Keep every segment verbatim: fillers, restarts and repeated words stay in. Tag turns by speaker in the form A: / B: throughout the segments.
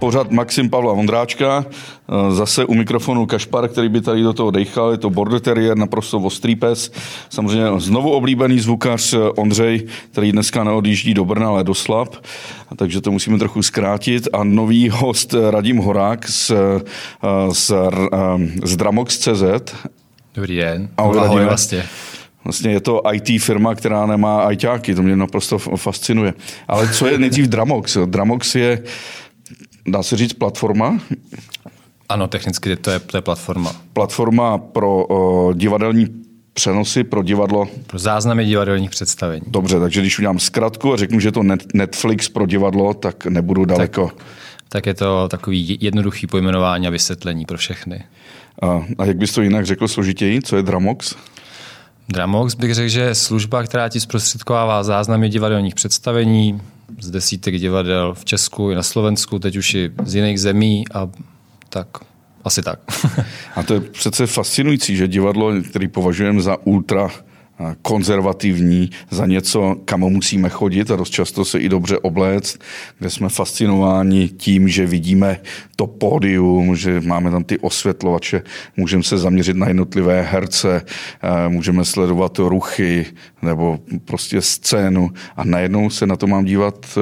A: pořad Maxim Pavla Vondráčka, zase u mikrofonu Kašpar, který by tady do toho dejchal, je to border terrier, naprosto ostrý pes, samozřejmě znovu oblíbený zvukař Ondřej, který dneska neodjíždí do Brna, ale do Slab, takže to musíme trochu zkrátit, a nový host Radim Horák z, z, z Dramox tečka cé zet.
B: Dobrý den.
A: Ahoj,
B: Ahoj vlastně.
A: Vlastně je to í té firma, která nemá ajťáky, to mě naprosto fascinuje. Ale co je nejdřív Dramox? Dramox je, dá se říct, platforma?
B: Ano, technicky to je, to je platforma.
A: Platforma pro o, divadelní přenosy, pro divadlo?
B: Pro záznamy divadelních představení.
A: Dobře, takže když udělám zkratku a řeknu, že je to net, Netflix pro divadlo, tak nebudu daleko.
B: Tak, tak je to takový jednoduchý pojmenování a vysvětlení pro všechny.
A: A, a jak bys to jinak řekl složitěji? Co je Dramox?
B: Dramox bych řekl, že je služba, která ti zprostředkovává záznamy divadelních představení z desítek divadel v Česku i na Slovensku, teď už i z jiných zemí a tak, asi tak.
A: A to je přece fascinující, že divadlo, který považujeme za ultra konzervativní, za něco, kam musíme chodit a dost často se i dobře obléct, kde jsme fascinováni tím, že vidíme to pódium, že máme tam ty osvětlovače, můžeme se zaměřit na jednotlivé herce, můžeme sledovat ruchy nebo prostě scénu a najednou se na to mám dívat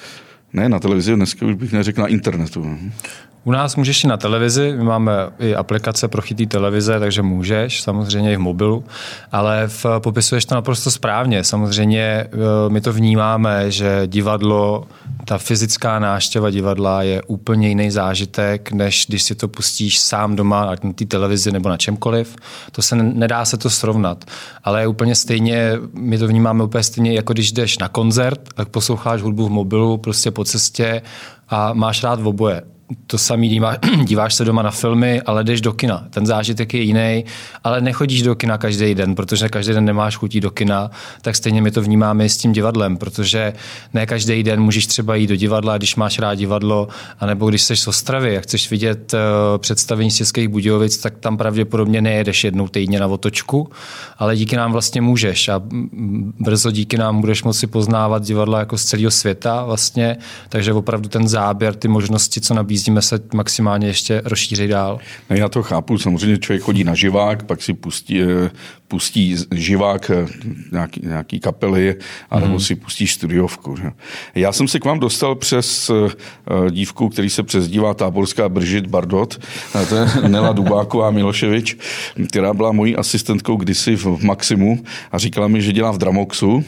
A: ne na televizi, dneska už bych neřekl na internetu.
B: U nás můžeš i na televizi, my máme i aplikace pro chytrý televize, takže můžeš, samozřejmě i v mobilu, ale v, popisuješ to naprosto správně. Samozřejmě my to vnímáme, že divadlo, ta fyzická návštěva divadla je úplně jiný zážitek, než když si to pustíš sám doma, ať na té televizi nebo na čemkoliv. To se nedá se to srovnat, ale je úplně stejně, my to vnímáme úplně stejně, jako když jdeš na koncert, tak posloucháš hudbu v mobilu, prostě po cestě a máš rád oboje. To samý díváš, díváš se doma na filmy, ale jdeš do kina. Ten zážitek je jiný, ale nechodíš do kina každý den, protože každý den nemáš chutí do kina, tak stejně my to vnímáme i s tím divadlem, protože ne každý den můžeš třeba jít do divadla, když máš rád divadlo, anebo když jsi z Ostravy a chceš vidět uh, představení z Českých Budějovic, tak tam pravděpodobně nejedeš jednou týdně na otočku, ale díky nám vlastně můžeš a brzo díky nám budeš moci poznávat divadla jako z celého světa vlastně, takže opravdu ten záběr, ty možnosti, co nabízí, jízdíme se maximálně ještě rozšířit dál.
A: Já to chápu, samozřejmě člověk chodí na živák, pak si pustí, pustí živák nějaký, nějaký kapely, anebo mm. si pustí studiovku. Že? Já jsem se k vám dostal přes dívku, který se přezdívá táborská Bridget Bardot, to je Nela Dubáková Miloševič, která byla mojí asistentkou kdysi v Maximu a říkala mi, že dělá v Dramoxu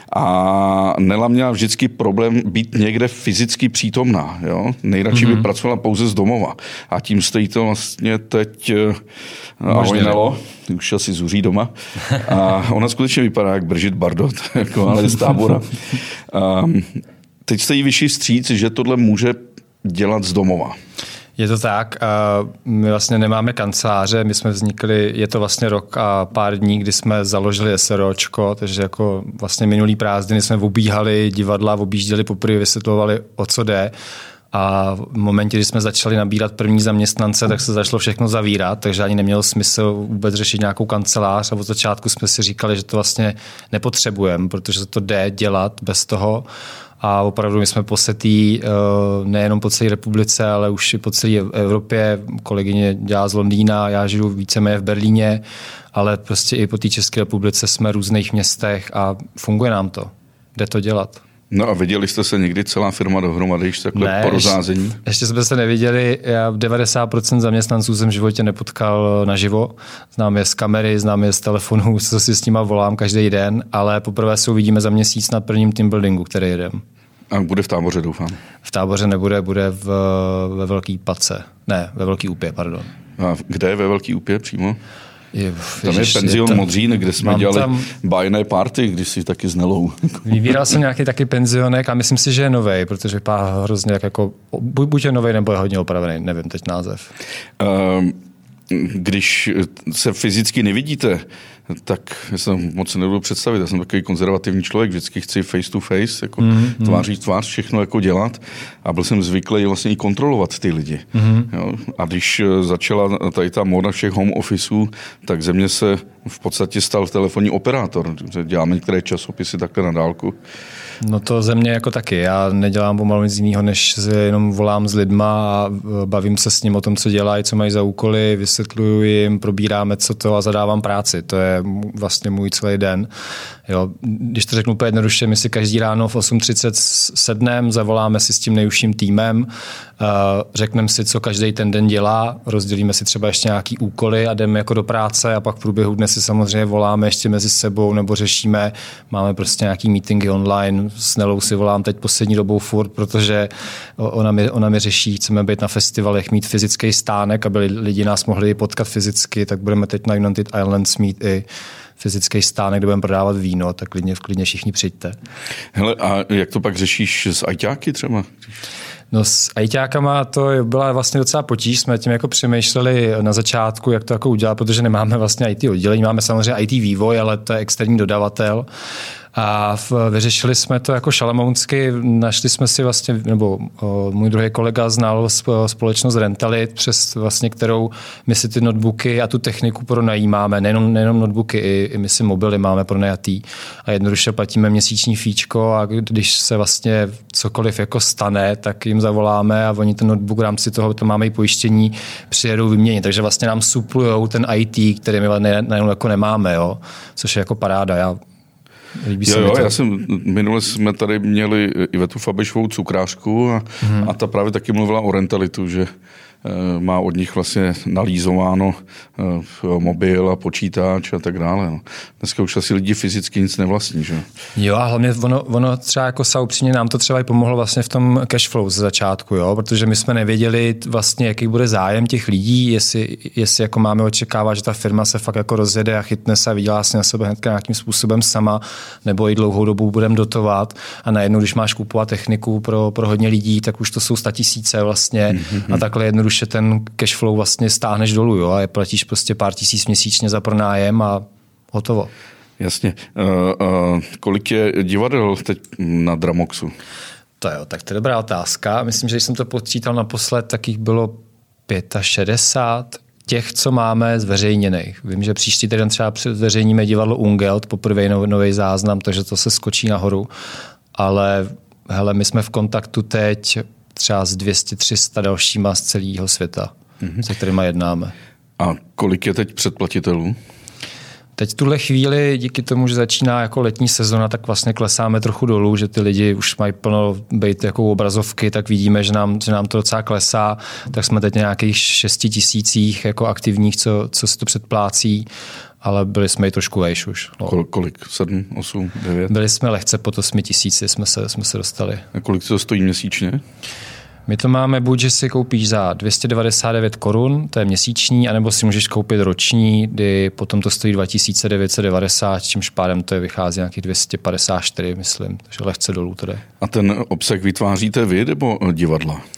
A: a Nela měla vždycky problém být někde fyzicky přítomná. Jo? Nejradši mm. by pracovala pouze z domova. A tím stojí to vlastně teď ahoj Nelo, už asi zuří doma. A ona skutečně vypadá jak Bridget Bardot, jako, ale z Tábora. A teď jste jí vyšší vstříc, že tohle může dělat z domova.
B: Je to tak. My vlastně nemáme kanceláře, my jsme vznikli, je to vlastně rok a pár dní, kdy jsme založili SROčko, takže jako vlastně minulý prázdniny jsme obíhali divadla, objížděli poprvé, vysvětlovali, o co jde. A v momentě, kdy jsme začali nabírat první zaměstnance, tak se začalo všechno zavírat, takže ani nemělo smysl vůbec řešit nějakou kancelář a od začátku jsme si říkali, že to vlastně nepotřebujeme, protože to jde dělat bez toho. A opravdu my jsme posetí nejenom po celé republice, ale už i po celé Evropě. Kolegyně dělá z Londýna, já žiju víceméně v Berlíně, ale prostě i po té České republice jsme v různých městech a funguje nám to. Jde to dělat.
A: No a viděli jste se někdy celá firma dohromady, když takhle
B: ne,
A: po rozázení?
B: Ještě, ještě jsme se neviděli. Já devadesát procent zaměstnanců jsem v životě nepotkal naživo. Znám je z kamery, znám je z telefonu, co si s nima volám každý den, ale poprvé se uvidíme za měsíc na prvním team buildingu, který jedem.
A: A bude v Táboře, doufám.
B: V Táboře nebude, bude v, ve Velký Pace. Ne, ve Velký Úpě, pardon.
A: A kde je ve Velký Úpě přímo?
B: Je,
A: tam ježiš, je penzion je Modřín, kde jsme dělali tam bájné party, když si taky s Nelou.
B: Vybíral jsem nějaký taky penzionek a myslím si, že je novej, protože vypadá hrozně jak jako, buď je novej, nebo je hodně opravený, nevím teď název.
A: Um, když se fyzicky nevidíte, tak já jsem moc nebudu představit. Já jsem takový konzervativní člověk, vždycky chci face to face, jako
B: mm-hmm.
A: tváří tvář, všechno jako dělat a byl jsem zvyklý vlastně i kontrolovat ty lidi. Mm-hmm. Jo? A když začala tady ta móda všech home officeů, tak ze mě se v podstatě stal telefonní operátor. Děláme některé časopisy takhle na dálku.
B: No to ze mě jako taky. Já nedělám pomalu nic jiného, než jenom volám s lidma a bavím se s ním o tom, co dělají, co mají za úkoly, vysvětluju jim, probíráme co to a zadávám práci. To je vlastně můj celý den. Jo, když to řeknu úplně jednoduše, my si každý ráno v osm třicet sedneme, zavoláme si s tím nejužším týmem, řekneme si, co každý ten den dělá, rozdělíme si třeba ještě nějaký úkoly a jdeme jako do práce a pak v průběhu dne si samozřejmě voláme ještě mezi sebou nebo řešíme, máme prostě nějaký meetingy online, s Nelou si volám teď poslední dobou furt, protože ona mi, ona mi řeší, chceme být na festivalech, mít fyzický stánek, aby lidi nás mohli potkat fyzicky, tak budeme teď na United Islands mít i fyzický stánek, kde budeme prodávat víno, tak klidně, klidně všichni přijďte.
A: Hele, a jak to pak řešíš s ajťáky třeba?
B: No s ajťákama to byla vlastně docela potíž, jsme tím jako přemýšleli na začátku, jak to jako udělat, protože nemáme vlastně í té oddělení, máme samozřejmě í té vývoj, ale to je externí dodavatel. A v, vyřešili jsme to jako šalamounsky, našli jsme si vlastně, nebo o, můj druhý kolega znal společnost Rentalit, přes vlastně kterou my si ty notebooky a tu techniku pronajímáme, nejenom, nejenom notebooky, i, i my si mobily máme pronajatý a jednoduše platíme měsíční fíčko a když se vlastně cokoliv jako stane, tak jim zavoláme a oni ten notebook v rámci toho, to máme i pojištění, přijedou vyměnit, takže vlastně nám suplujou ten í té, který my najednou jako nemáme, jo? Což je jako paráda. Já Líbí
A: jo,
B: se
A: jo,
B: to.
A: já jsem, minule jsme tady měli Ivetu Fabešovou cukrářku a, hmm. a ta právě taky mluvila o Rentalitu, že e, má od nich vlastně nalízováno e, mobil a počítač a tak dále. No. Dneska už asi lidi fyzicky nic nevlastní, že?
B: Jo, a hlavně ono, ono třeba jako saupřímně nám to třeba i pomohlo vlastně v tom cashflow ze začátku, jo, protože my jsme nevěděli vlastně, jaký bude zájem těch lidí, jestli, jestli jako máme očekávat, že ta firma se fakt jako rozjede a chytne se a vydělá si na sebe hnedka nějakým způsobem sama, nebo i dlouhou dobu budeme dotovat a najednou, když máš kupovat techniku pro, pro hodně lidí, tak už to jsou statisíce vlastně mm-hmm. a takhle jednoduše ten cashflow vlastně stáhneš dolů, jo, a platíš prostě pár tisíc měsíčně za pronájem a hotovo.
A: Jasně. Uh, uh, kolik je divadel teď na Dramoxu?
B: To jo, tak to je dobrá otázka. Myslím, že když jsem to počítal naposled, tak jich bylo šedesát pět těch, co máme zveřejněných. Vím, že příští týden třeba zveřejníme divadlo Ungelt, poprvé nový záznam, takže to se skočí nahoru. Ale hele, my jsme v kontaktu teď třeba s dvě stě tři sta dalšíma z celého světa, mm-hmm. se kterýma jednáme.
A: A kolik je teď předplatitelů?
B: Teď v tuhle chvíli, díky tomu, že začíná jako letní sezona, tak vlastně klesáme trochu dolů, že ty lidi už mají plno být jako obrazovky, tak vidíme, že nám, že nám to docela klesá, tak jsme teď nějakých šesti tisících jako aktivních, co, co se to předplácí, ale byli jsme i trošku vejš už. No.
A: Kol, kolik? Sedm, osm, devět?
B: Byli jsme lehce pod osmi tisíci, jsme se, jsme se dostali.
A: A kolik to stojí měsíčně?
B: My to máme buď, že si koupíš za dvě stě devadesát devět korun, to je měsíční, anebo si můžeš koupit roční, kdy potom to stojí dva tisíce devět set devadesát, čímž pádem to je vychází nějakých dvě stě padesát čtyři, myslím, takže lehce dolů to jde.
A: A ten obsah vytváříte vy nebo divadla? Uh,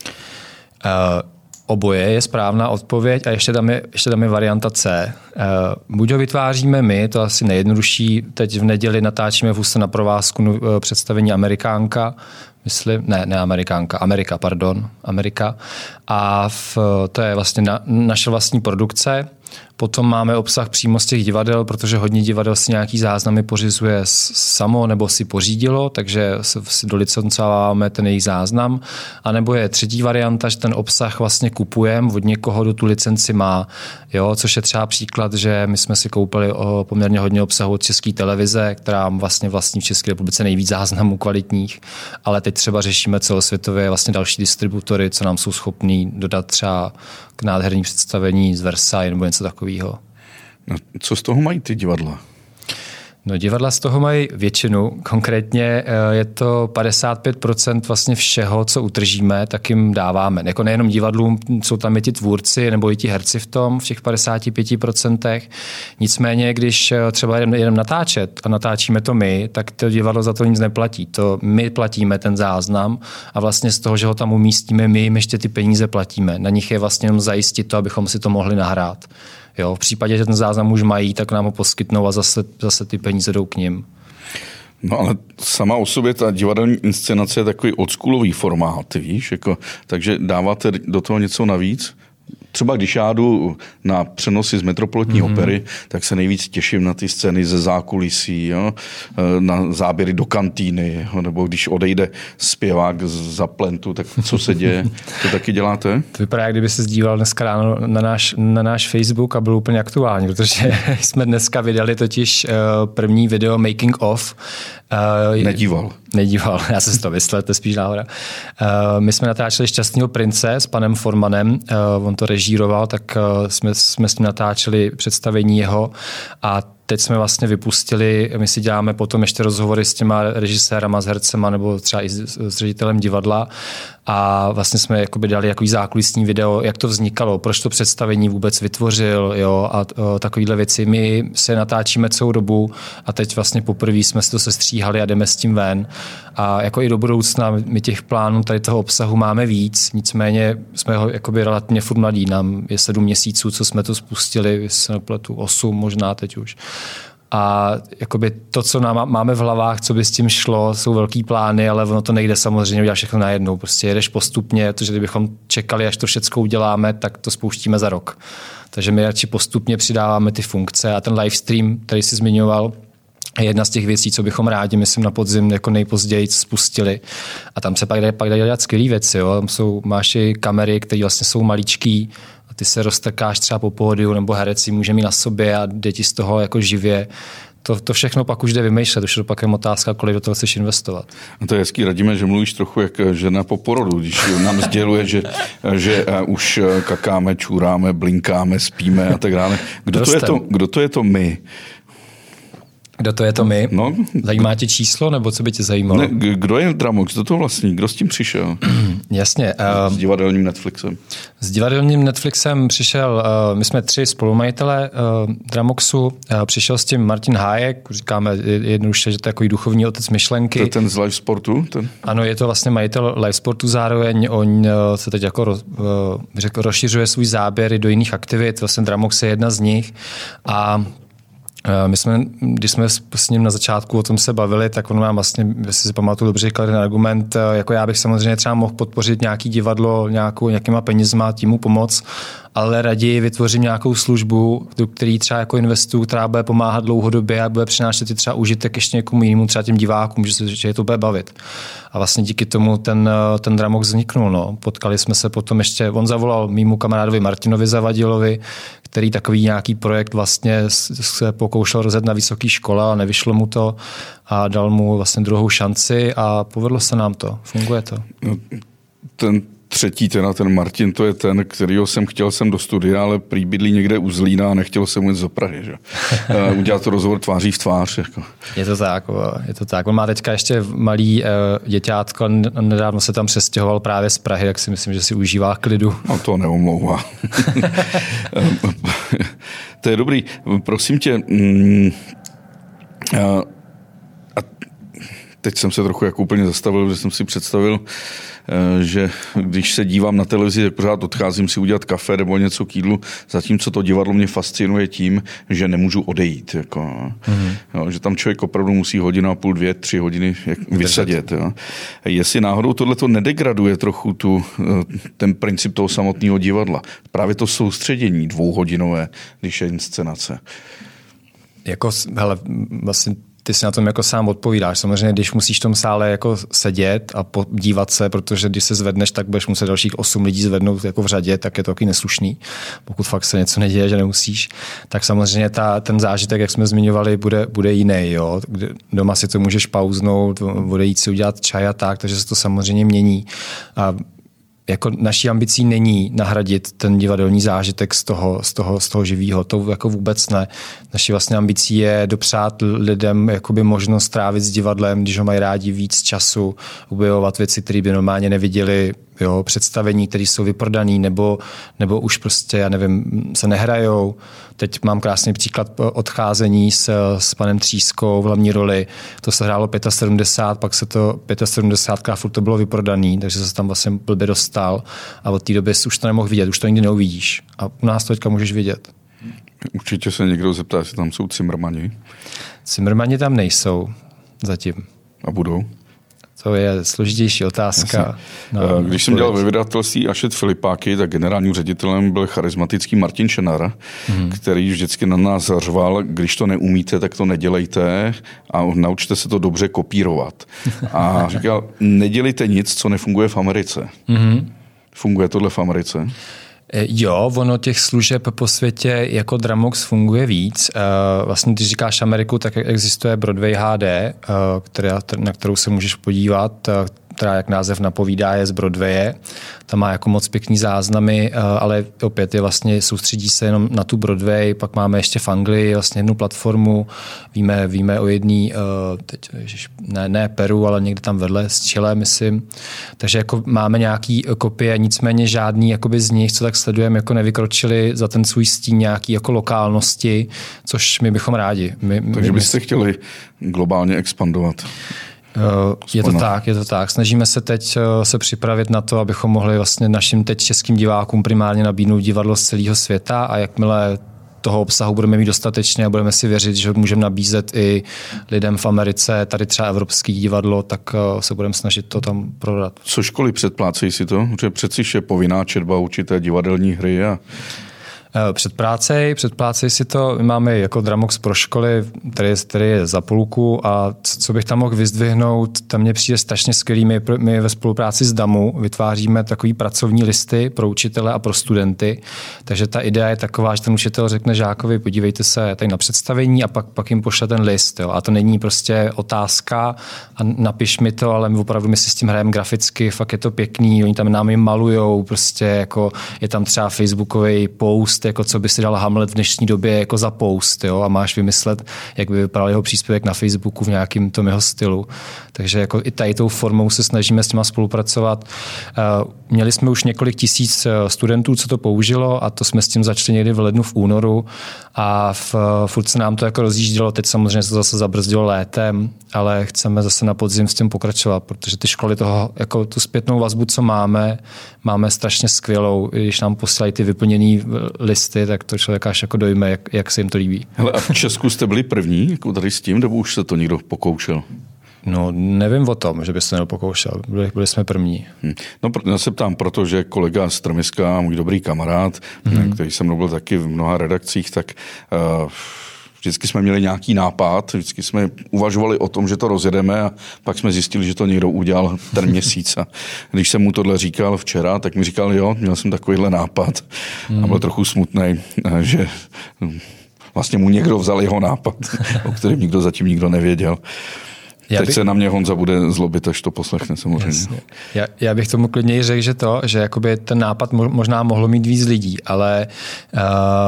B: Oboje je správná odpověď a ještě tam je, ještě tam je varianta C. Uh, buď ho vytváříme my, to asi nejjednodušší, teď v neděli natáčíme v Ústí na provázku uh, představení Amerikánka, myslím, ne, ne Amerikánka, Amerika, pardon, Amerika. A v, to je vlastně na, naše vlastní produkce. Potom máme obsah přímo z těch divadel, protože hodně divadel si nějaký záznamy pořizuje samo nebo si pořídilo, takže si dolicencováváme ten jejich záznam. A nebo je třetí varianta, že ten obsah vlastně kupujeme od někoho, kdo tu licenci má. Jo, což je třeba příklad, že my jsme si koupili poměrně hodně obsahu od České televize, která vlastně vlastní v České republice nejvíc záznamů kvalitních, ale teď třeba řešíme celosvětově vlastně další distributory, co nám jsou schopní dodat třeba k nádherný představení z Versailles nebo něco takového.
A: No, co z toho mají ty divadla?
B: No, divadla z toho mají většinu. Konkrétně je to padesát pět procent vlastně všeho, co utržíme, tak jim dáváme. Jako nejenom divadlům, jsou tam i ti tvůrci nebo i ti herci v tom, v těch padesáti pěti procentech. Nicméně, když třeba jedem, jedem natáčet a natáčíme to my, tak to divadlo za to nic neplatí. To my platíme ten záznam a vlastně z toho, že ho tam umístíme, my jim ještě ty peníze platíme. Na nich je vlastně jenom zajistit to, abychom si to mohli nahrát. Jo, v případě, že ten záznam už mají, tak nám ho poskytnou a zase, zase ty peníze jdou k nim.
A: No ale sama o sobě ta divadelní inscenace je takový oldschoolový formát, víš, jako, takže dáváte do toho něco navíc? Třeba když já jdu na přenosy z Metropolitní mm-hmm. opery, tak se nejvíc těším na ty scény ze zákulisí, jo? Na záběry do kantýny, jo? Nebo když odejde zpěvák za plentu, tak co se děje? To taky děláte?
B: To vypadá, jak kdyby se díval dneska ráno na náš, na náš Facebook a byl úplně aktuální, protože jsme dneska vydali totiž první video making of.
A: Nedíval.
B: Nedíval, já se z toho vyslet, to je spíš náhoda. My jsme natáčeli Šťastného prince s panem Formanem, on to režíroval, tak jsme, jsme s ním natáčeli představení jeho a teď jsme vlastně vypustili, my si děláme potom ještě rozhovory s těma režisérama, s hercema nebo třeba i s, s ředitelem divadla a vlastně jsme jakoby dali jakový zákulisní video, jak to vznikalo, proč to představení vůbec vytvořil, jo, a o, takovýhle věci. My se natáčíme celou dobu a teď vlastně poprvé jsme si to sestříhali a jdeme s tím ven. A jako i do budoucna my těch plánů tady toho obsahu máme víc, nicméně jsme ho jakoby relativně furt mladí, nám je sedm měsíců, co jsme to spustili, se nepletu osm možná teď už. A jakoby to, co nám máme v hlavách, co by s tím šlo, jsou velký plány, ale ono to nejde samozřejmě udělat všechno najednou. Prostě jedeš postupně, protože kdybychom čekali, až to všechno uděláme, tak to spouštíme za rok. Takže my radši postupně přidáváme ty funkce a ten livestream, který jsi zmiňoval, je jedna z těch věcí, co bychom rádi, myslím, na podzim jako nejpozději spustili. A tam se pak dají, pak dají dělat skvělý věci. Jo? Tam jsou, máš i kamery, které vlastně jsou maličký, a ty se roztrkáš třeba po pódiu, nebo herec si může mít na sobě a jde ti z toho jako živě. To, to všechno pak už jde vymýšlet, už je to pak jen otázka, kolik do toho chceš investovat.
A: A to je hezký, Radíme, že mluvíš trochu jak žena po porodu, když nám sděluje, že, že už kakáme, čůráme, blinkáme, spíme a tak dále. Kdo to je to, kdo to je to my?
B: Kdo to je to my?
A: No.
B: Zajímá tě číslo, nebo co by tě zajímalo?
A: Ne, kdo je Dramox? Kdo to vlastní? Kdo s tím přišel?
B: Jasně.
A: S divadelním Netflixem.
B: S divadelním Netflixem přišel, uh, my jsme tři spolumajitele uh, Dramoxu, uh, přišel s tím Martin Hájek, říkáme jednoduše, že to je takový duchovní otec myšlenky.
A: To je ten z Live Sportu? Ten?
B: Ano, je to vlastně majitel Live Sportu zároveň, on uh, se teď jako roz, uh, řekl, rozšiřuje svůj záběr do jiných aktivit, vlastně Dramox je jedna z nich a my jsme, když jsme s ním na začátku o tom se bavili, tak on mám vlastně, jestli si pamatuju dobře, říkal ten argument, jako já bych samozřejmě třeba mohl podpořit nějaký divadlo nějakou, nějakýma penězma, tím mu pomoct, ale raději vytvořím nějakou službu, do který třeba jako investuju, která bude pomáhat dlouhodobě a bude přinášet i třeba užitek ještě někomu jinému, třeba těm divákům, že, se, že je to bude bavit. A vlastně díky tomu ten, ten Dramox vzniknul. No. Potkali jsme se potom ještě, on zavolal mýmu kamarádovi Martinovi Zavadilovi, který takový nějaký projekt vlastně se pokoušel rozjet na vysoké škole, ale nevyšlo mu to a dal mu vlastně druhou šanci a povedlo se nám to. Funguje to.
A: No, ten třetí, ten, ten Martin, to je ten, kterýho jsem chtěl sem do studia, ale prý bydlí někde u Zlína a nechtěl jsem jít do Prahy. Že? Udělat to rozhovor tváří v tvář. Jako.
B: Je to tak, je to tak. On má teďka ještě malý uh, děťátko, nedávno se tam přestěhoval právě z Prahy, tak si myslím, že si užívá klidu.
A: No to neomlouvá. To je dobrý. Prosím tě, mm, a, a teď jsem se trochu jako úplně zastavil, že jsem si představil, že když se dívám na televizi, tak pořád odcházím si udělat kafe nebo něco k jídlu, zatímco to divadlo mě fascinuje tím, že nemůžu odejít. Jako, mm-hmm. jo, že tam člověk opravdu musí hodinu a půl, dvě, tři hodiny vysadit. Jo. Jestli náhodou tohleto nedegraduje trochu tu, ten princip toho samotného divadla. Právě to soustředění dvouhodinové, když je inscenace.
B: Jako, hele, vlastně ty si na tom jako sám odpovídáš. Samozřejmě, když musíš v tom sále jako sedět a podívat se, protože když se zvedneš, tak budeš muset dalších osm lidí zvednout jako v řadě, tak je to taky neslušný. Pokud fakt se něco neděje, že nemusíš, tak samozřejmě ta, ten zážitek, jak jsme zmiňovali, bude, bude jiný. Jo? Doma si to můžeš pauznout, odejít si udělat čaj a tak, takže se to samozřejmě mění. A jako naší ambicí není nahradit ten divadelní zážitek z toho, z toho, z toho živého. To jako vůbec ne. Naší vlastně ambicí je dopřát lidem jakoby možnost trávit s divadlem, když ho mají rádi víc času, objevovat věci, které by normálně neviděli, jo, představení, které jsou vyprodané, nebo, nebo už prostě, já nevím, se nehrajou. Teď mám krásný příklad odcházení s, s panem Třískou v hlavní roli. To se hrálo sedmdesát pět, pak se to sedmdesát pět furt to bylo vyprodaný, takže se tam vlastně blbě dostal a od té doby už to nemohl vidět, už to nikdy neuvidíš. A u nás to teďka můžeš vidět.
A: Určitě se někdo zeptá, jestli tam jsou Cimrmani.
B: Cimrmani tam nejsou zatím.
A: A budou?
B: To je složitější otázka.
A: No, Když jsem dělal ve vydavatelství Ašet Filipáky, tak generálním ředitelem byl charismatický Martin Šenar, hmm. který vždycky na nás řval, když to neumíte, tak to nedělejte a naučte se to dobře kopírovat. A říkal, nedělejte nic, co nefunguje v Americe. Hmm. Funguje tohle v Americe?
B: Jo, ono těch služeb po světě jako Dramox funguje víc. Vlastně, když říkáš Ameriku, tak existuje Broadway H D, která, na kterou se můžeš podívat, která, jak název napovídá, je z Broadwaye. Tam má jako moc pěkný záznamy, ale opět je vlastně, soustředí se jenom na tu Broadway, pak máme ještě v Anglii vlastně jednu platformu, víme, víme o jedný, teď, ježiš, ne, ne Peru, ale někde tam vedle z Chile, myslím. Takže jako máme nějaký kopie, nicméně žádný jakoby z nich, co tak sledujeme, jako nevykročili za ten svůj stín nějaký jako lokálnosti, což my bychom rádi. My,
A: Takže
B: my,
A: byste my... chtěli globálně expandovat?
B: Je to tak, je to tak. Snažíme se teď se připravit na to, abychom mohli vlastně našim teď českým divákům primárně nabídnout divadlo z celého světa a jakmile toho obsahu budeme mít dostatečně a budeme si věřit, že můžeme nabízet i lidem v Americe, tady třeba evropský divadlo, tak se budeme snažit to tam prodat.
A: Co školy předplácejí si to? Protože přeci je povinná četba určité divadelní hry a
B: Předplácej, předplácej si to. My máme jako Dramox pro školy, který, který je za půlku a co bych tam mohl vyzdvihnout, tam mně přijde strašně skvělý. My, my ve spolupráci s DAMu vytváříme takový pracovní listy pro učitele a pro studenty. Takže ta idea je taková, že ten učitel řekne žákovi, podívejte se tady na představení a pak, pak jim pošle ten list. Jo. A to není prostě otázka a napiš mi to, ale my opravdu my si s tím hrajeme graficky, fakt je to pěkný, oni tam nám jim malujou, prostě jako je tam třeba facebookový post, jako co by si dal Hamlet v dnešní době jako za post, jo, a máš vymyslet, jak by vypadal jeho příspěvek na Facebooku v nějakém tom jeho stylu. Takže jako i tady tou formou se snažíme s těma spolupracovat. Měli jsme už několik tisíc studentů, co to použilo a to jsme s tím začali někdy v lednu, v únoru a v, furt se nám to jako rozjíždělo, teď samozřejmě se to zase zabrzdilo létem, ale chceme zase na podzim s tím pokračovat, protože ty školy toho, jako tu zpětnou vazbu, co máme, máme strašně skvělou, když nám posílají ty vyplněný listy, tak to člověk až jako dojme, jak, jak se jim to líbí.
A: Hele, a v Česku jste byli první, jako tady s tím, nebo už se to někdo pokoušel?
B: No, nevím o tom, že by se nepokoušel. Byli, byli jsme první.
A: Hmm. No, já se ptám, protože kolega z Trmiska, můj dobrý kamarád, hmm. který jsem byl taky v mnoha redakcích, tak uh, vždycky jsme měli nějaký nápad, vždycky jsme uvažovali o tom, že to rozjedeme a pak jsme zjistili, že to někdo udělal ten měsíc. A když jsem mu tohle říkal včera, tak mi říkal, jo, měl jsem takovýhle nápad hmm. a byl trochu smutnej, že vlastně mu někdo vzal jeho nápad, o kterém nikdo zatím nikdo nevěděl. Já Teď bych... se na mě Honza bude zlobit, až to poslechne samozřejmě.
B: Já, já bych tomu klidněji řekl, že to, že jakoby ten nápad možná mohlo mít víc lidí, ale uh,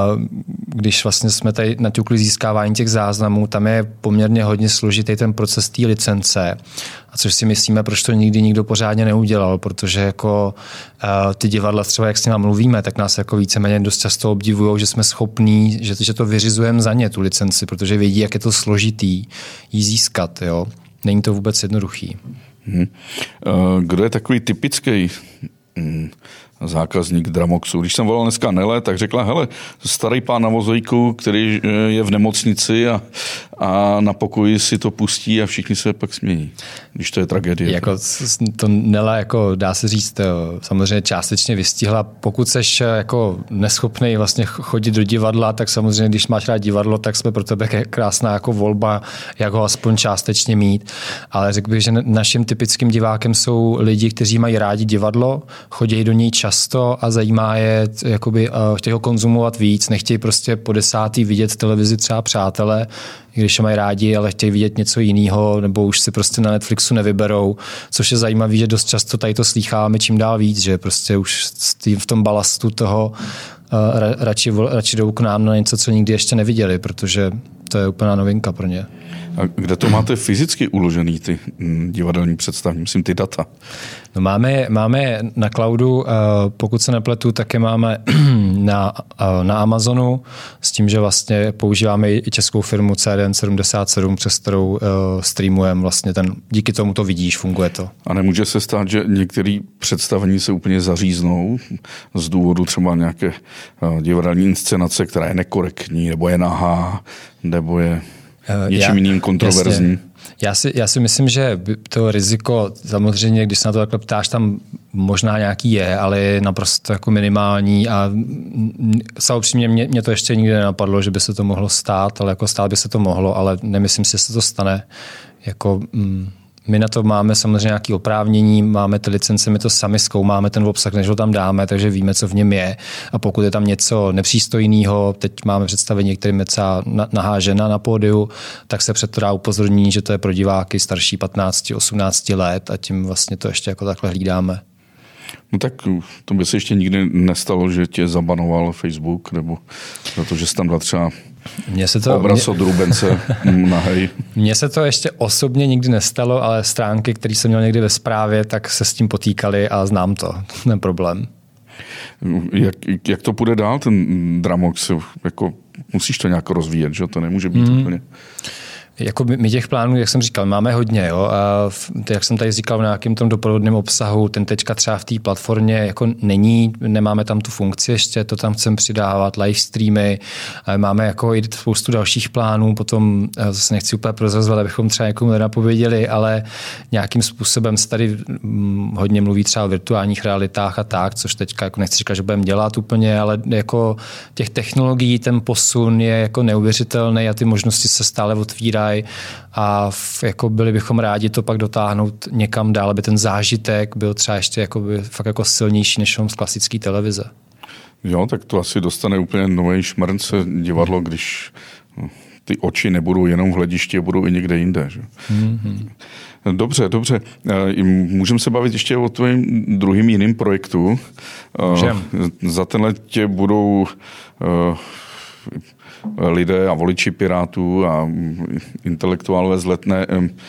B: když vlastně jsme tady naťukli získávání těch záznamů, tam je poměrně hodně složitý ten proces té licence, a což si myslíme, proč to nikdy nikdo pořádně neudělal, protože jako uh, ty divadla třeba, jak s nimi mluvíme, tak nás jako víceméně dost často obdivují, že jsme schopní, že, že to vyřizujeme za ně, tu licenci, protože vědí, jak je to složitý jí získat, jo. Není to vůbec jednoduchý.
A: Hmm. Kdo je takový typický hmm, zákazník Dramoxu? Když jsem volal dneska Nele, tak řekla, hele, starý pán na vozejku, který je v nemocnici a, a na pokoji si to pustí a všichni se pak smění, když to je tragédie.
B: Jako to Nela, jako dá se říct, samozřejmě částečně vystihla. Pokud seš jako neschopný vlastně chodit do divadla, tak samozřejmě, když máš rád divadlo, tak jsme pro tebe krásná jako volba, jak ho aspoň částečně mít. Ale řekl bych, že naším typickým divákem jsou lidi, kteří mají rádi divadlo, chodí do něj často a zajímá je, jakoby, chtějí ho konzumovat víc, nechtějí prostě po desátý vidět televizi třeba Přátelé, i když je mají rádi, ale chtějí vidět něco jiného, nebo už si prostě na Netflixu nevyberou, což je zajímavé, že dost často tady to slýcháme čím dál víc, že prostě už v tom balastu toho radši, radši jdou k nám na něco, co nikdy ještě neviděli, protože to je úplná novinka pro ně.
A: A kde to máte fyzicky uložený, ty divadelní představy, myslím ty data?
B: No máme, máme na cloudu, pokud se nepletu, tak je máme na, na Amazonu s tím, že vlastně používáme i českou firmu C D N sedmdesát sedm, přes kterou streamujeme vlastně ten, díky tomu to vidíš, funguje to.
A: A nemůže se stát, že některé představení se úplně zaříznou z důvodu třeba nějaké divadelní inscenace, která je nekorektní, nebo je nahá, nebo je něčím jiným kontroverzní?
B: Jasně. Já si, já si myslím, že to riziko, samozřejmě, když se na to takhle ptáš, tam možná nějaký je, ale je naprosto jako minimální a samozřejmě mě, mě to ještě nikdy nenapadlo, že by se to mohlo stát, ale jako stát by se to mohlo, ale nemyslím si, že se to stane. Jako, mm, my na to máme samozřejmě nějaké oprávnění, máme ty licence, my to sami zkoumáme, ten obsah, než ho tam dáme, takže víme, co v něm je. A pokud je tam něco nepřístojného, teď máme představení, kterým je třeba nahá žena na pódiu, tak se před to dá upozornění, že to je pro diváky starší patnáct osmnáct let a tím vlastně to ještě jako takhle hlídáme.
A: No tak to by se ještě nikdy nestalo, že tě zabanoval Facebook, nebo protože jsi tam dal třeba Mně se to, obraz mě... od Rubence nahej.
B: Mně se to ještě osobně nikdy nestalo, ale stránky, které jsem měl někdy ve správě, tak se s tím potýkali a znám to, ten problém.
A: Jak, jak to půjde dál, ten Dramox? Jako, musíš to nějak rozvíjet, že to nemůže být mm. úplně...
B: Jako my těch plánů, jak jsem říkal, máme hodně. Jo? A v, jak jsem tady říkal v nějakém tom doprovodném obsahu, ten teďka třeba v té platformě jako není, nemáme tam tu funkci ještě, to tam chceme přidávat, live streamy, máme jako i spoustu dalších plánů, potom zase nechci úplně prozrazovat, abychom třeba někomu nenapověděli, ale nějakým způsobem se tady hodně mluví třeba o virtuálních realitách a tak, což teďka jako nechci říkat, že budeme dělat úplně, ale jako těch technologií, ten posun je jako neuvěřitelný a ty možnosti se stále otvírají. A v, jako byli bychom rádi to pak dotáhnout někam dál, aby ten zážitek byl třeba ještě jako, fakt jako silnější než z klasické televize.
A: Jo, tak to asi dostane úplně nový šmrnc divadlo, když ty oči nebudou jenom v hledišti, budou i někde jinde. Že? Mm-hmm. Dobře, dobře. Můžeme se bavit ještě o tvém druhým jiným projektu.
B: Můžem.
A: Za tenhle tě budou lidé a voliči Pirátů a intelektuálové z Letné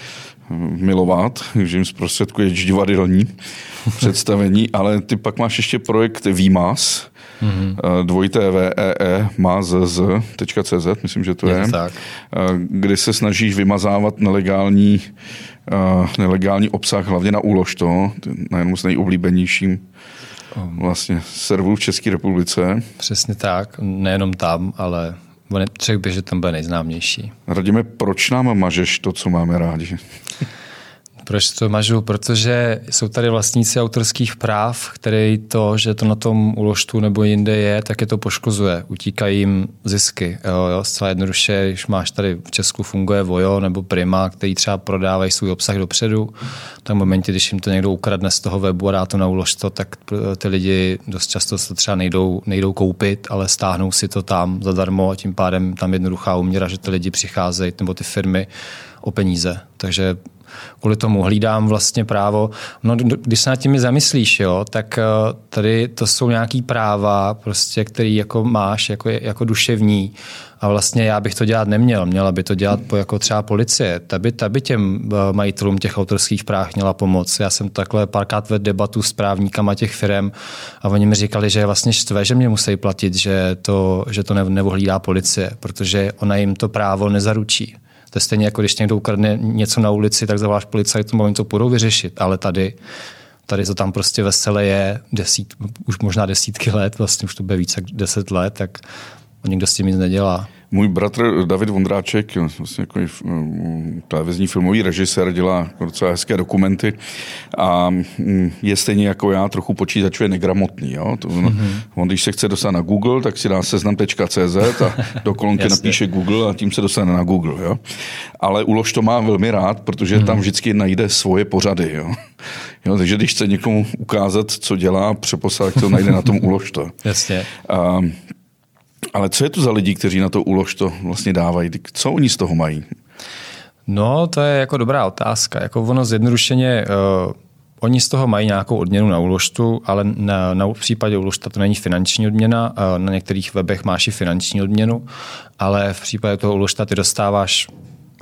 A: milovat, že jim zprostředkuješ divadelní představení, ale ty pak máš ještě projekt Výmaz, mm-hmm. dvojité v e e maz tečka cé zet, myslím, že to je, je tak. Kdy se snažíš vymazávat nelegální, nelegální obsah, hlavně na Uložto, na jednom z nejoblíbenějším vlastně serverů v České republice.
B: Přesně tak, nejenom tam, ale řekl bych, že tam bude nejznámější.
A: Radíme, proč nám mažeš to, co máme rádi?
B: Proč to mažu? Protože jsou tady vlastníci autorských práv, který to, že to na tom Uložtu nebo jinde je, tak je to poškozuje. Utíkají jim zisky. Jo, jo, zcela jednoduše, když máš tady v Česku funguje Vojo nebo Prima, který třeba prodávají svůj obsah dopředu, tak v momentě, když jim to někdo ukradne z toho webu a dá to na Uložto, tak ty lidi dost často se třeba nejdou, nejdou koupit, ale stáhnou si to tam zadarmo a tím pádem tam jednoduchá úměra, že ty lidi přicházejí nebo ty firmy o peníze. Takže kvůli tomu hlídám vlastně právo. No, když se nad tím zamyslíš, jo, tak tady to jsou nějaký práva, prostě, který jako máš jako, jako duševní a vlastně já bych to dělat neměl. Měla by to dělat po, jako třeba policie. Ta by, ta by těm majitelům těch autorských práv měla pomoct. Já jsem takhle párkrát vedl debatu s právníkama těch firem a oni mi říkali, že je vlastně štve, že mě musí platit, že to, že to neohlídá policie, protože ona jim to právo nezaručí. To je stejně jako když někdo ukradne něco na ulici, tak zavoláš policajtům a oni to budou vyřešit. Ale tady, tady to tam prostě vesele je desít, už možná desítky let, vlastně už to bude více jak deset let, tak nikdo s tím nic nedělá.
A: Můj bratr David Vondráček, vlastně jako televizní filmový režisér, dělá docela hezké dokumenty a je stejně jako já trochu počítačově negramotný. Jo? To, mm-hmm. On, když se chce dostat na Google, tak si dá seznam tečka cé zet a do kolonky napíše Google a tím se dostane na Google. Jo? Ale Ulož to má velmi rád, protože mm-hmm. tam vždycky najde svoje pořady. Jo? Jo, takže když chce někomu ukázat, co dělá, přeposlat, to najde na tom Ulož to.
B: Jasně.
A: A, ale co je to za lidi, kteří na to Ulož to vlastně dávají? Co oni z toho mají?
B: No, to je jako dobrá otázka. Jako ono zjednodušeně, uh, oni z toho mají nějakou odměnu na Uložtu, ale na, na v případě Uložta to není finanční odměna. Uh, na některých webech máš i finanční odměnu, ale v případě toho Uložta ty dostáváš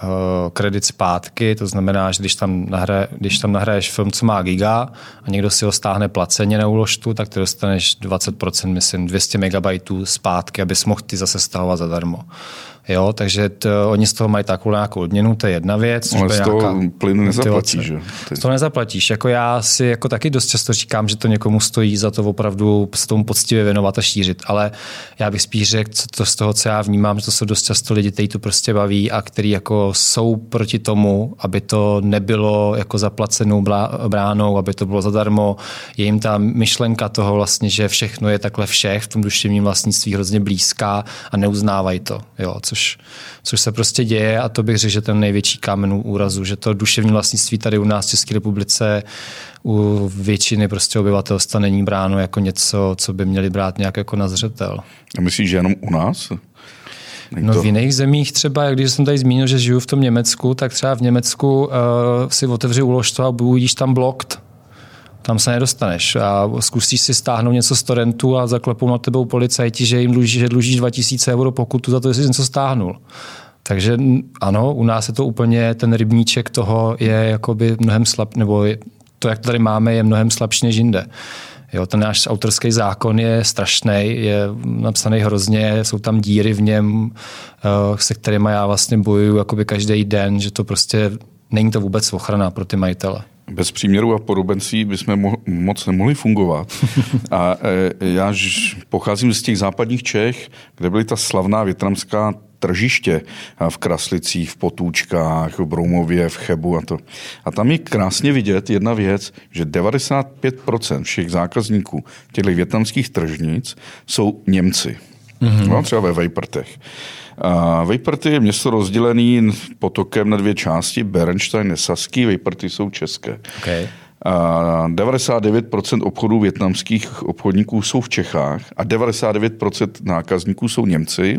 B: kredit zpátky, to znamená, že když tam, nahraje, když tam nahraješ film, co má giga a někdo si ho stáhne placeně na úložtu, tak ty dostaneš dvacet procent, myslím, dvě stě megabajtů zpátky, abys mohl ty zase stahovat zadarmo. Jo, takže to, oni z toho mají takovou nějakou odměnu, to je jedna věc.
A: Ale z toho plynu nezaplatíš, že?
B: Z toho nezaplatíš. Jako já si jako taky dost často říkám, že to někomu stojí za to opravdu se tomu poctivě věnovat a šířit, ale já bych spíš řekl, co to z toho, co já vnímám, že to jsou dost často lidi, kteří to prostě baví a kteří jako jsou proti tomu, aby to nebylo jako zaplacenou bránou, aby to bylo zadarmo. Je jim ta myšlenka toho vlastně, že všechno je takhle všech v tom duševním vlastnictví hrozně blízká a neuznávají to. Jo, což, což se prostě děje a to bych řekl, že ten největší kámen úrazu, že to duševní vlastnictví tady u nás v České republice u většiny prostě obyvatelstva není bráno jako něco, co by měli brát nějak jako na zřetel.
A: A myslíš, že jenom u nás?
B: Není no to... v jiných zemích třeba, když jsem tady zmínil, že žiju v tom Německu, tak třeba v Německu uh, si otevři úložtu a uvidíš tam blokt. Tam se nedostaneš a zkusíš si stáhnout něco z torrentu a zaklepou na tebou policajti, že jim dluží, že dlužíš dva tisíce euro pokutu za to, že jsi něco stáhnul. Takže ano, u nás je to úplně, ten rybníček toho je jakoby mnohem slab, nebo je, to, jak to tady máme, je mnohem slabší než jinde. Jo, ten náš autorský zákon je strašný, je napsaný hrozně, jsou tam díry v něm, se kterými já vlastně bojuju jakoby každý den, že to prostě není to vůbec ochrana pro ty majitele.
A: Bez příměru a podobenství bychom mo- moc nemohli fungovat. A e, já pocházím z těch západních Čech, kde byly ta slavná větnamská tržiště v Kraslicích, v Potůčkách, v Broumově, v Chebu a to. A tam je krásně vidět jedna věc, že devadesát pět procent všech zákazníků těchto větnamských tržnic jsou Němci. Mm-hmm. No, třeba ve Vejprtech. A Vejprty je město rozdělené potokem na dvě části, Bernstein, Nesaský, Vejprty jsou české.
B: Okay.
A: A devadesát devět procent obchodů větnamských obchodníků jsou v Čechách a devadesát devět procent nákazníků jsou Němci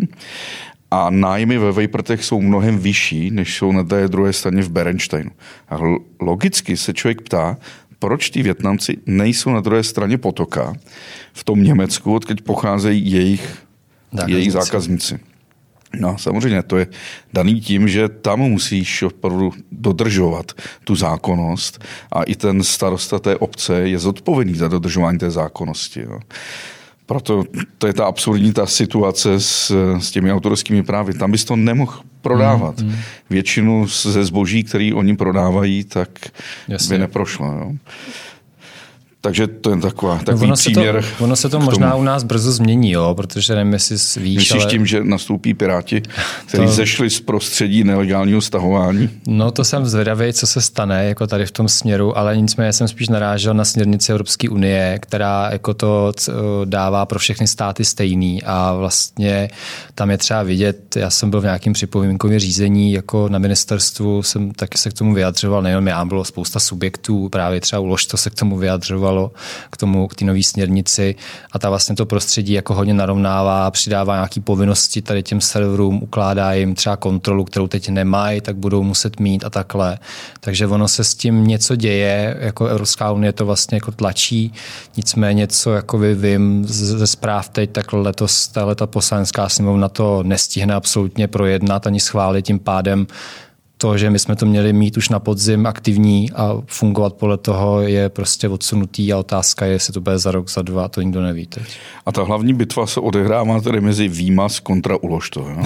A: a nájmy ve Vejprtech jsou mnohem vyšší, než jsou na té druhé straně v Bernsteinu. A logicky se člověk ptá, proč ty Větnamci nejsou na druhé straně potoka v tom Německu, odkud pocházejí jejich, jejich zákazníci. No samozřejmě to je daný tím, že tam musíš opravdu dodržovat tu zákonnost a i ten starosta té obce je zodpovědný za dodržování té zákonnosti. Jo. Proto to je ta absurdní ta situace s, s těmi autorskými právy. Tam bys to nemohl prodávat. Mm, mm. Většinu ze zboží, který oni prodávají, tak Jasně. by neprošlo. Jo. Takže to je taková, takový
B: ono
A: příměr.
B: Se to, ono se to možná u nás brzo změní, jo, protože nevím, jestli víš,
A: Myslíš
B: ale...
A: tím, že nastoupí Piráti, kteří to... zešli z prostředí nelegálního stahování?
B: No to jsem zvědavý, co se stane jako tady v tom směru, ale nicméně jsem spíš narážel na směrnici Evropské unie, která jako to dává pro všechny státy stejný a vlastně tam je třeba vidět, já jsem byl v nějakém připomínkovém řízení, jako na ministerstvu jsem taky se k tomu vyjadřoval, nejenom já, bylo spousta subjektů, právě třeba Uložto se k tomu vyjadřoval, k tomu, k té nové směrnici a ta vlastně to prostředí jako hodně narovnává, přidává nějaké povinnosti tady těm serverům, ukládá jim třeba kontrolu, kterou teď nemají, tak budou muset mít a takhle. Takže ono se s tím něco děje, jako Evropská unie to vlastně jako tlačí, nicméně co jako vím ze zpráv teď, tak letos tahleta poslanecká sněmovna to nestihne absolutně projednat ani schválit, tím pádem to, že my jsme to měli mít už na podzim aktivní a fungovat podle toho je prostě odsunutý a otázka je, jestli to bude za rok, za dva, to nikdo neví teď.
A: A ta hlavní bitva se odehrává tedy mezi Výmaz kontra Uložto. Jo?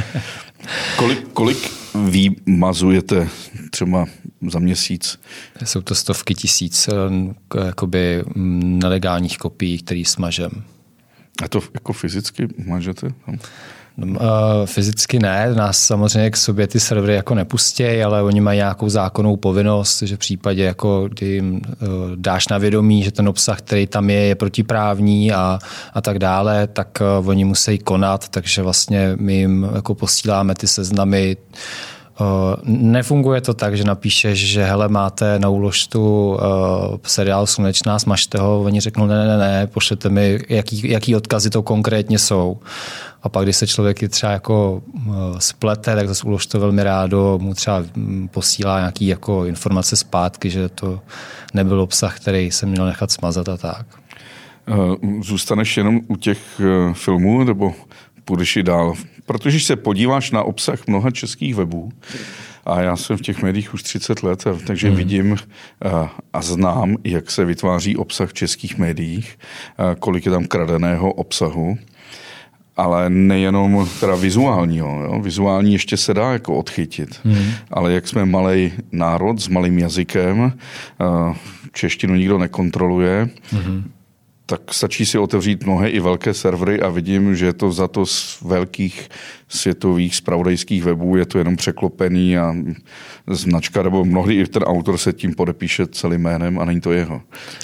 A: kolik, kolik výmazujete třeba za měsíc?
B: Jsou to stovky tisíc jakoby nelegálních kopií, který smažem.
A: A to jako fyzicky mažete?
B: Uh, fyzicky ne, nás samozřejmě k sobě ty servery jako nepustějí, ale oni mají nějakou zákonnou povinnost, že v případě, jako, kdy jim uh, dáš na vědomí, že ten obsah, který tam je, je protiprávní a, a tak dále, tak uh, oni musí konat, takže vlastně my jim jako posíláme ty seznamy. Uh, nefunguje to tak, že napíšeš, že hele, máte na Uložtu uh, seriál Slunečná, smažte ho, oni řeknou ne, ne, ne, pošlete mi, jaký, jaký odkazy to konkrétně jsou. A pak, když se člověk třeba jako splete, tak zase Uložto velmi rádo mu třeba posílá nějaký jako informace zpátky, že to nebyl obsah, který se měl nechat smazat a tak.
A: Zůstaneš jenom u těch filmů, nebo půjdeš i dál. Protože když se podíváš na obsah mnoha českých webů, a já jsem v těch médiích už třicet let, takže hmm. vidím a znám, jak se vytváří obsah v českých médiích, kolik je tam kradeného obsahu, ale nejenom teda vizuálního. Jo? Vizuální ještě se dá jako odchytit, hmm. ale jak jsme malej národ s malým jazykem, češtinu nikdo nekontroluje, hmm. tak stačí si otevřít mnohé i velké servery a vidím, že je to za to z velkých světových zpravodajských webů, je to jenom překlopený a značka, nebo mnohdy i ten autor se tím podepíše celým jménem a není to jeho.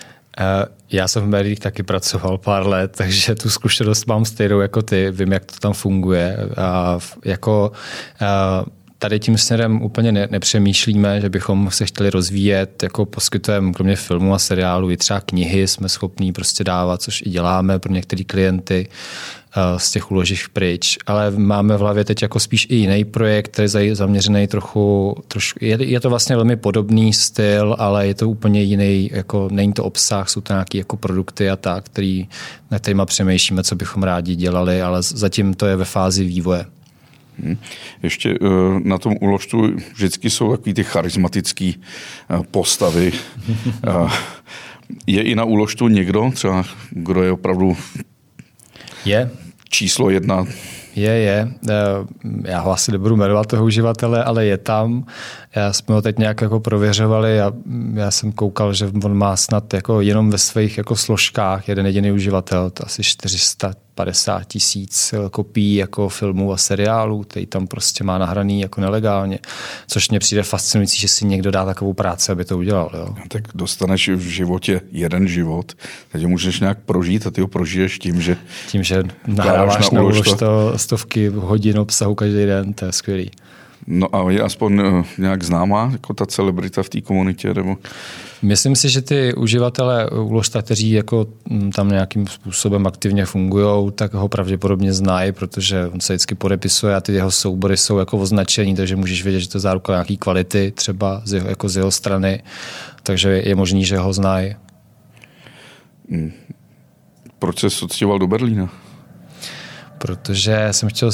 B: Já jsem v médiích taky pracoval pár let, takže tu zkušenost mám stejnou jako ty, vím, jak to tam funguje. A jako tady tím směrem úplně ne, nepřemýšlíme, že bychom se chtěli rozvíjet, jako poskytujeme kromě filmů a seriálů i třeba knihy jsme schopní prostě dávat, což i děláme pro některé klienty z těch úložišť pryč, ale máme v hlavě teď jako spíš i jiný projekt, který je zaměřený trochu, trošku, je, je to vlastně velmi podobný styl, ale je to úplně jiný, jako není to obsah, jsou to nějaké jako produkty a tak, který, na kterýma přemýšlíme, co bychom rádi dělali, ale zatím to je ve fázi vývoje.
A: Ještě na tom úložtu vždycky jsou takový ty charismatické postavy. Je i na úložtu někdo, třeba kdo je opravdu
B: je.
A: číslo jedna?
B: Je, je. Já ho asi nebudu jmenovat toho uživatele, ale je tam. Já jsme ho teď nějak jako prověřovali a já jsem koukal, že on má snad jako jenom ve svých jako složkách jeden jediný uživatel, to asi čtyři sta padesát tisíc kopií jako filmů a seriálů, který tam prostě má nahraný jako nelegálně, což mně přijde fascinující, že si někdo dá takovou práci, aby to udělal. Jo?
A: Tak dostaneš v životě jeden život, teď ho můžeš nějak prožít a ty ho prožiješ tím, že
B: tím, že nahráváš na úlož to stovky hodin obsahu každý den, to je skvělý.
A: No a je aspoň nějak známá jako ta celebrita v té komunitě? Nebo?
B: Myslím si, že ty uživatelé úložta, kteří jako tam nějakým způsobem aktivně fungují, tak ho pravděpodobně znají, protože on se vždycky podepisuje a ty jeho soubory jsou jako označení, takže můžeš vědět, že to je záruka nějaký kvality třeba z jeho, jako z jeho strany, takže je možný, že ho znají.
A: Hmm. Proč se odstěhoval do Berlína?
B: Protože jsem chtěl,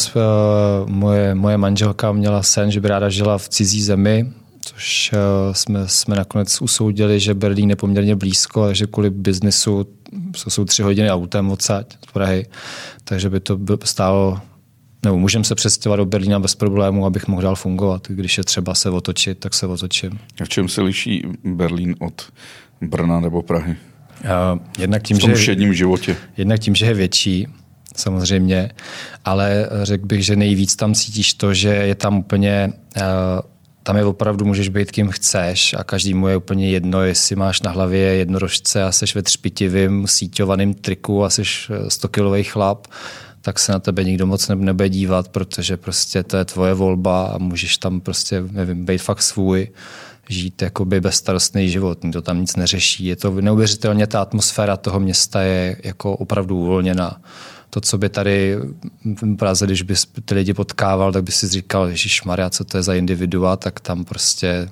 B: moje, moje manželka měla sen, že by ráda žila v cizí zemi, což jsme, jsme nakonec usoudili, že Berlín je poměrně blízko, takže kvůli biznesu jsou tři hodiny autem odsaď z Prahy, takže by to stálo, nebo můžeme se přestěhovat do Berlína bez problémů, abych mohl dál fungovat. Když je třeba se otočit, tak se otočím.
A: A v čem se liší Berlín od Brna nebo Prahy?
B: Uh, jednak tím,
A: v tom
B: že,
A: všedním životě.
B: Jednak tím, že je větší, samozřejmě, ale řekl bych, že nejvíc tam cítíš to, že je tam úplně, tam je opravdu, můžeš být kým chceš a každému je úplně jedno, jestli máš na hlavě jednorožce a seš ve třpitivým síťovaným triku a seš stokilový chlap, tak se na tebe nikdo moc nebude dívat, protože prostě to je tvoje volba a můžeš tam prostě, nevím, být fakt svůj, žít jakoby bezstarostný život, nikdo tam nic neřeší. Je to neuvěřitelně, ta atmosféra toho města je jako opravdu uvolněná. To, co by tady v Praze, když bys ty lidi potkával, tak by si říkal, ježišmarja, co to je za individua, tak tam prostě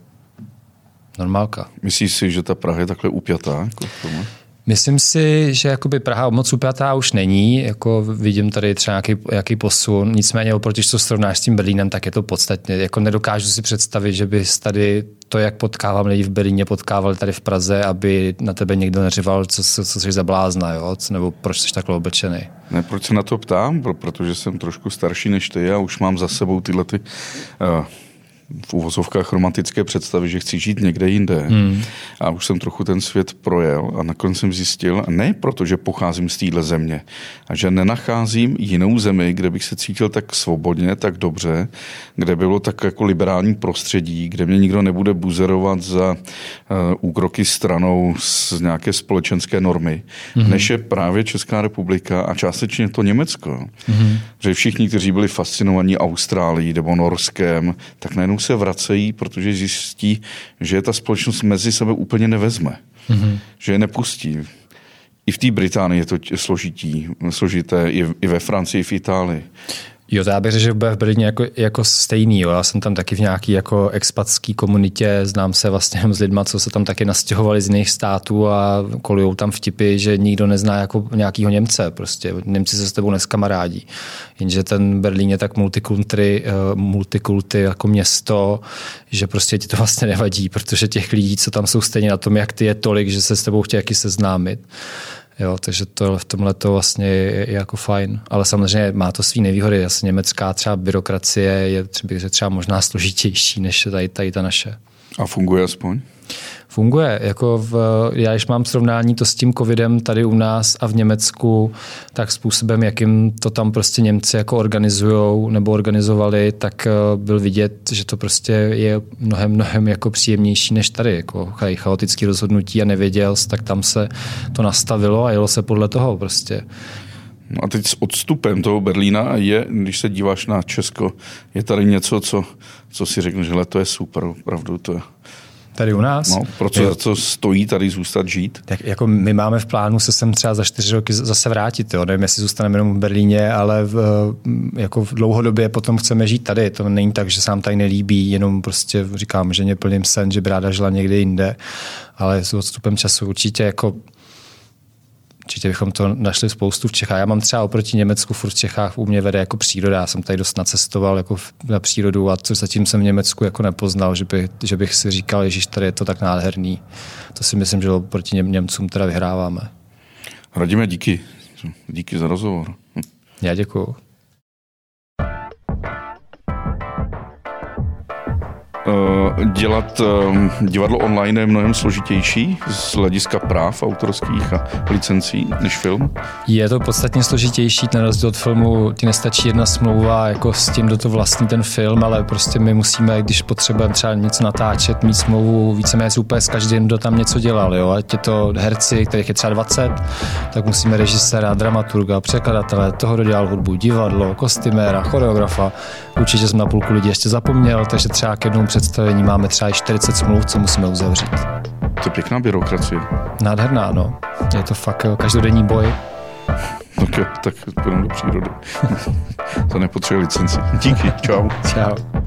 B: normálka.
A: Myslíš si, že ta Praha je takhle upjatá? Jako v tomu?
B: Myslím si, že jakoby Praha moc upjatá už není, jako vidím tady třeba nějaký, nějaký posun, nicméně oproti, co srovnáš s tím Berlínem, tak je to podstatně, jako nedokážu si představit, že bys tady to, jak potkávám lidi v Berlíně, potkávali tady v Praze, aby na tebe někdo neřival, co, co, co jsi za blázna, jo? Nebo proč jsi takhle oblečený.
A: Ne, proč se na to ptám? Protože jsem trošku starší než ty a už mám za sebou tyhle ty uh, v uvozovkách romantické představy, že chci žít někde jinde. Hmm. A už jsem trochu ten svět projel a nakonec jsem zjistil, ne protože pocházím z téhle země, a že nenacházím jinou zemi, kde bych se cítil tak svobodně, tak dobře, kde bylo tak jako liberální prostředí, kde mě nikdo nebude buzerovat za uh, úkroky stranou z nějaké společenské normy, hmm. než je právě Česká republika a částečně to Německo. Hmm. Že všichni, kteří byli fascinovaní Austrálií nebo Norskem, tak najednou se vracejí, protože zjistí, že ta společnost mezi sebe úplně nevezme. Mm-hmm. Že je nepustí. I v té Británii je to složitý, složité, i, i ve Francii, i v Itálii.
B: Jo, to já bych řekl, že bude v Berlíně jako, jako stejný. Jo. Já jsem tam taky v nějaký jako expatský komunitě, znám se vlastně s lidma, co se tam taky nastěhovali z jiných států a kolujou tam vtipy, že nikdo nezná jako nějakýho Němce. Prostě Němci se s tebou neskamarádí. Jenže ten Berlín je tak multikulty, multikulty jako město, že prostě ti to vlastně nevadí, protože těch lidí, co tam jsou stejně na tom, jak ty, je tolik, že se s tebou chtějí jaký seznámit. Jo, takže to v tomhle to vlastně je, je jako fajn. Ale samozřejmě má to svý nevýhody. Asi německá třeba byrokracie je třeba, třeba možná složitější než tady, tady ta naše.
A: A funguje aspoň?
B: Funguje. Jako v, já když mám srovnání to s tím covidem tady u nás a v Německu, tak způsobem, jakým to tam prostě Němci jako organizujou nebo organizovali, tak byl vidět, že to prostě je mnohem, mnohem jako příjemnější než tady. Jako chaotický rozhodnutí a nevěděl, tak tam se to nastavilo a jelo se podle toho prostě.
A: No a teď s odstupem toho Berlína je, když se díváš na Česko, je tady něco, co, co si řeknu, že to je super, opravdu to je.
B: Tady u nás?
A: No, proč za co stojí tady zůstat žít?
B: Tak jako my máme v plánu se sem třeba za čtyři roky zase vrátit. Jo. Nevím, jestli zůstaneme jenom v Berlíně, ale v, jako v dlouhodobě potom chceme žít tady. To není tak, že se nám tady nelíbí, jenom prostě říkám, že mě plním sen, že by ráda žila někde jinde. Ale s odstupem času určitě jako určitě bychom to našli spoustu v Čechách. Já mám třeba oproti Německu furt v Čechách u mě vede jako příroda. Já jsem tady dost nacestoval jako na přírodu a co zatím jsem v Německu jako nepoznal, že, by, že bych si říkal, ježiš, tady je to tak nádherný. To si myslím, že oproti Něm, Němcům teda vyhráváme.
A: Radíme, díky. Díky za rozhovor. Hm.
B: Já děkuju.
A: Dělat divadlo online je mnohem složitější z hlediska práv autorských a licencí než film?
B: Je to podstatně složitější, ten rozdíl od filmu, ti nestačí jedna smlouva jako s tím, kdo to vlastní ten film, ale prostě my musíme, když potřebujeme třeba něco natáčet, mít smlouvu víceméně úplně s každým, kdo tam něco dělal. Jo? Ať je to herci, kterých je třeba dvacet, tak musíme režiséra, dramaturga, překladatele, toho, kdo dělal hudbu, divadlo, kostýméra, choreografa. Určitě jsem na půlku lidí ještě zapomněl, takže třeba k jednomu představení máme třeba čtyřicet smluv, co musíme uzavřít.
A: To je pěkná byrokracie.
B: Nádherná, no. Je to fakt každodenní boj.
A: Tak jo, tak půjdeme do přírody. To nepotřebuje licenci. Díky, čau.
B: Čau.